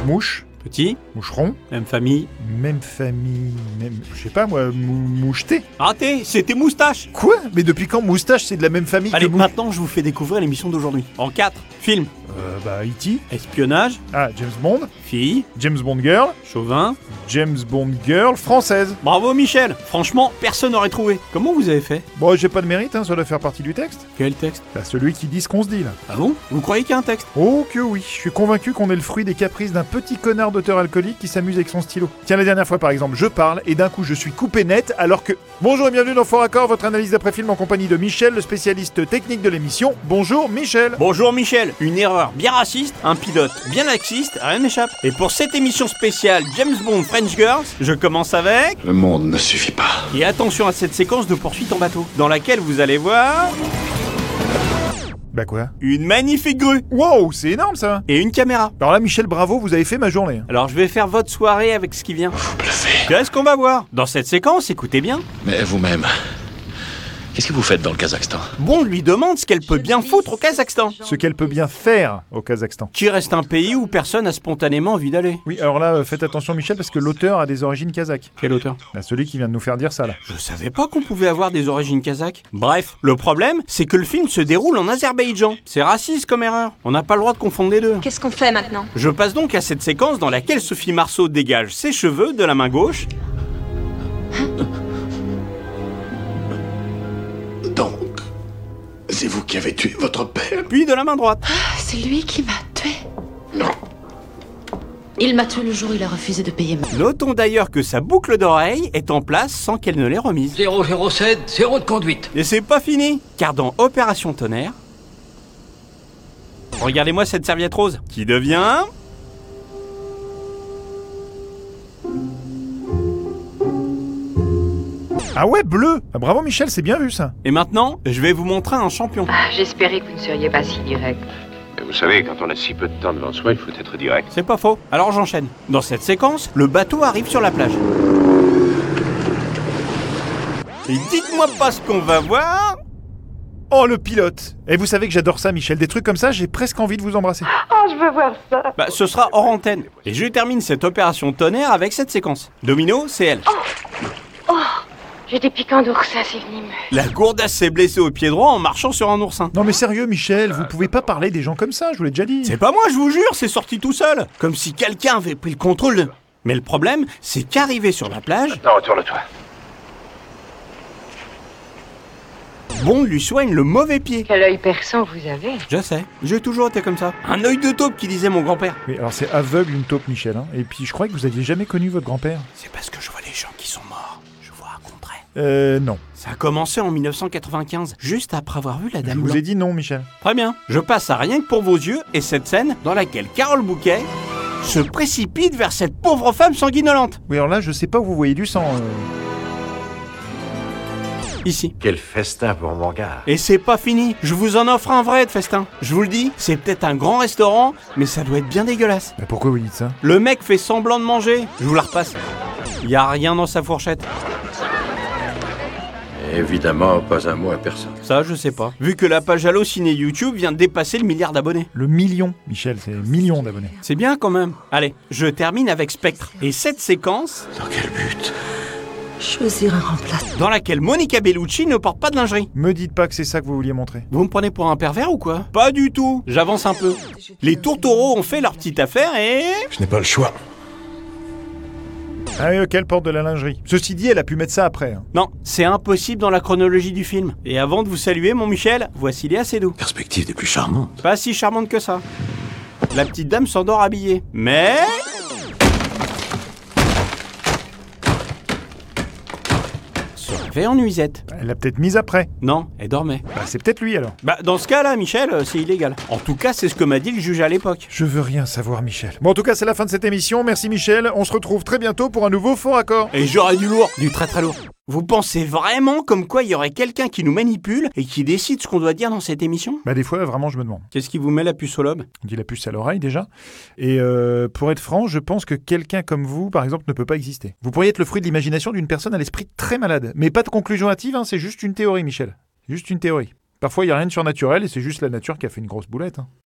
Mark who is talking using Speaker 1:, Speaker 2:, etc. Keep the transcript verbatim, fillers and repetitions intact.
Speaker 1: Mouche.
Speaker 2: Petit,
Speaker 1: Moucheron.
Speaker 2: même famille.
Speaker 1: Même famille, même... Je sais pas moi, mou moucheté.
Speaker 2: Raté, c'était moustache.
Speaker 1: Quoi? Mais depuis quand moustache c'est de la même famille
Speaker 2: Allez,
Speaker 1: que mou...
Speaker 2: maintenant je vous fais découvrir l'émission d'aujourd'hui. En quatre, film,
Speaker 1: Euh, bah, E T.
Speaker 2: espionnage,
Speaker 1: Ah, James Bond.
Speaker 2: fille,
Speaker 1: James Bond Girl.
Speaker 2: chauvin.
Speaker 1: James Bond Girl française.
Speaker 2: Bravo Michel, franchement, personne n'aurait trouvé. Comment vous avez fait?
Speaker 1: Bon, j'ai pas de mérite, hein, ça doit faire partie du texte.
Speaker 2: Quel texte?
Speaker 1: Bah, celui qui dit ce qu'on se dit, là.
Speaker 2: Ah bon? Vous croyez qu'il y a un texte?
Speaker 1: Oh que oui, je suis convaincu qu'on est le fruit des caprices d'un petit connard d'auteur alcoolique qui s'amuse avec son stylo. Tiens, la dernière fois par exemple, je parle et d'un coup je suis coupé net alors que... Bonjour et bienvenue dans Fort Accord, votre analyse d'après-film en compagnie de Michel, le spécialiste technique de l'émission. Bonjour Michel.
Speaker 2: Bonjour Michel, une erreur bien raciste, un pilote bien laxiste, rien n'échappe. Et pour cette émission spéciale James Bond French Girls, je commence avec...
Speaker 3: Le monde ne suffit pas.
Speaker 2: Et attention à cette séquence de poursuite en bateau, dans laquelle vous allez voir...
Speaker 1: Bah quoi?
Speaker 2: une magnifique grue
Speaker 1: Wow, c'est énorme ça.
Speaker 2: et une caméra.
Speaker 1: Alors là Michel, bravo, vous avez fait ma journée.
Speaker 2: Alors je vais faire votre soirée avec ce qui vient.
Speaker 3: Vous bluffez.
Speaker 2: Qu'est-ce qu'on va voir? Dans cette séquence, écoutez bien.
Speaker 3: Mais vous-même, qu'est-ce que vous faites dans le Kazakhstan?
Speaker 2: Bond lui demande ce qu'elle peut bien foutre au Kazakhstan,
Speaker 1: Ce qu'elle peut bien faire au Kazakhstan.
Speaker 2: qui reste un pays où personne n'a spontanément envie d'aller.
Speaker 1: Oui, alors là, euh, faites attention Michel, parce que l'auteur a des origines kazakhs.
Speaker 2: Quel auteur?
Speaker 1: Là, celui qui vient de nous faire dire ça là.
Speaker 2: Je savais pas qu'on pouvait avoir des origines kazakhs. Bref, le problème, c'est que le film se déroule en Azerbaïdjan. C'est raciste comme erreur. On n'a pas le droit de confondre les deux.
Speaker 4: Qu'est-ce qu'on fait maintenant?
Speaker 2: Je passe donc à cette séquence dans laquelle Sophie Marceau dégage ses cheveux de la main gauche.
Speaker 3: Donc, c'est vous qui avez tué votre père?
Speaker 2: Puis de la main droite.
Speaker 4: C'est lui qui m'a tué.
Speaker 3: Non.
Speaker 4: Il m'a tué le jour où il a refusé de payer ma...
Speaker 2: Notons d'ailleurs que sa boucle d'oreille est en place sans qu'elle ne l'ait remise.
Speaker 5: zéro zéro sept, zéro de conduite.
Speaker 2: Et c'est pas fini, car dans Opération Tonnerre... Regardez-moi cette serviette rose, qui devient...
Speaker 1: Ah ouais, bleu. Ah, bravo Michel, c'est bien vu ça.
Speaker 2: Et maintenant, je vais vous montrer un champion.
Speaker 6: Ah, j'espérais que vous ne seriez pas si direct.
Speaker 7: Mais vous savez, quand on a si peu de temps devant soi, il faut être direct.
Speaker 2: C'est pas faux. Alors j'enchaîne. Dans cette séquence, le bateau arrive sur la plage. Et dites-moi pas ce qu'on va voir...
Speaker 1: Oh le pilote. Et vous savez que j'adore ça Michel, des trucs comme ça, j'ai presque envie de vous embrasser.
Speaker 6: Oh, je veux voir ça.
Speaker 2: Bah, ce sera hors antenne. Et je termine cette opération tonnerre avec cette séquence. Domino, c'est elle.
Speaker 6: J'ai des piquants d'oursin, c'est venimeux.
Speaker 2: La gourdasse s'est blessée au pied droit en marchant sur un oursin.
Speaker 1: Non mais sérieux Michel, vous pouvez pas parler des gens comme ça, je vous l'ai déjà dit.
Speaker 2: C'est pas moi, je vous jure, c'est sorti tout seul. Comme si quelqu'un avait pris le contrôle de... Mais le problème, c'est qu'arrivé sur la plage,
Speaker 7: Non, retourne-toi.
Speaker 2: Bond lui soigne le mauvais pied.
Speaker 6: Quel œil perçant vous avez.
Speaker 2: Je sais, j'ai toujours été comme ça. Un œil de taupe qui disait mon grand-père.
Speaker 1: Oui, alors c'est aveugle une taupe Michel, hein. Et puis je crois que vous aviez jamais connu votre grand-père.
Speaker 2: C'est parce que je vois les gens qui sont morts. Je vous raconterai.
Speaker 1: Euh, non.
Speaker 2: Ça a commencé en mille neuf cent quatre-vingt-quinze, juste après avoir vu la
Speaker 1: Je
Speaker 2: Dame
Speaker 1: vous
Speaker 2: Blanc.
Speaker 1: ai dit non Michel.
Speaker 2: Très bien. Je passe à rien que pour vos yeux et cette scène dans laquelle Carole Bouquet se précipite vers cette pauvre femme sanguinolente.
Speaker 1: Oui, alors là, je sais pas où vous voyez du sang. euh.
Speaker 2: Ici.
Speaker 7: Quel festin pour mon gars.
Speaker 2: Et c'est pas fini. Je vous en offre un vrai de festin. Je vous le dis, c'est peut-être un grand restaurant, mais ça doit être bien dégueulasse.
Speaker 1: Mais pourquoi vous dites ça?
Speaker 2: Le mec fait semblant de manger. Je vous la repasse. Y a rien dans sa fourchette.
Speaker 7: Évidemment, pas un mot à personne.
Speaker 2: Ça, je sais pas. Vu que la page Allociné YouTube vient de dépasser le milliard d'abonnés.
Speaker 1: Le million, Michel, c'est million d'abonnés.
Speaker 2: C'est bien quand même. Allez, je termine avec Spectre. Et cette séquence,
Speaker 3: Dans quel but?
Speaker 4: Choisir un remplaçant.
Speaker 2: dans laquelle Monica Bellucci ne porte pas de lingerie.
Speaker 1: Me dites pas que c'est ça que vous vouliez montrer.
Speaker 2: Vous me prenez pour un pervers ou quoi? Pas du tout. J'avance un peu. Les tourtereaux ont fait leur petite affaire et...
Speaker 3: Je n'ai pas le choix.
Speaker 1: Ah oui, ok, elle porte de la lingerie. Ceci dit, elle a pu mettre ça après. Hein.
Speaker 2: Non, c'est impossible dans la chronologie du film. Et avant de vous saluer, mon Michel, voici Léa Seydoux.
Speaker 3: Perspective des plus charmantes.
Speaker 2: Pas si charmante que ça. La petite dame s'endort habillée. Mais... se réveille en nuisette.
Speaker 1: Elle l'a peut-être mise après.
Speaker 2: Non, elle dormait.
Speaker 1: Bah, c'est peut-être lui alors.
Speaker 2: Bah, dans ce cas-là, Michel, euh, c'est illégal. En tout cas, c'est ce que m'a dit le juge à l'époque.
Speaker 1: Je veux rien savoir, Michel. Bon, en tout cas, c'est la fin de cette émission. Merci, Michel. On se retrouve très bientôt pour un nouveau Fort Accord.
Speaker 2: Et j'aurai du lourd, du très très lourd. Vous pensez vraiment comme quoi il y aurait quelqu'un qui nous manipule et qui décide ce qu'on doit dire dans cette émission?
Speaker 1: Bah, des fois, vraiment, je me demande.
Speaker 2: Qu'est-ce qui vous met la puce au lobe?
Speaker 1: On dit la puce à l'oreille déjà. Et euh, pour être franc, je pense que quelqu'un comme vous, par exemple, ne peut pas exister. Vous pourriez être le fruit de l'imagination d'une personne à l'esprit très malade. Mais pas de conclusion hâtive, hein, c'est juste une théorie, Michel. Juste une théorie. Parfois, il n'y a rien de surnaturel et c'est juste la nature qui a fait une grosse boulette. Hein.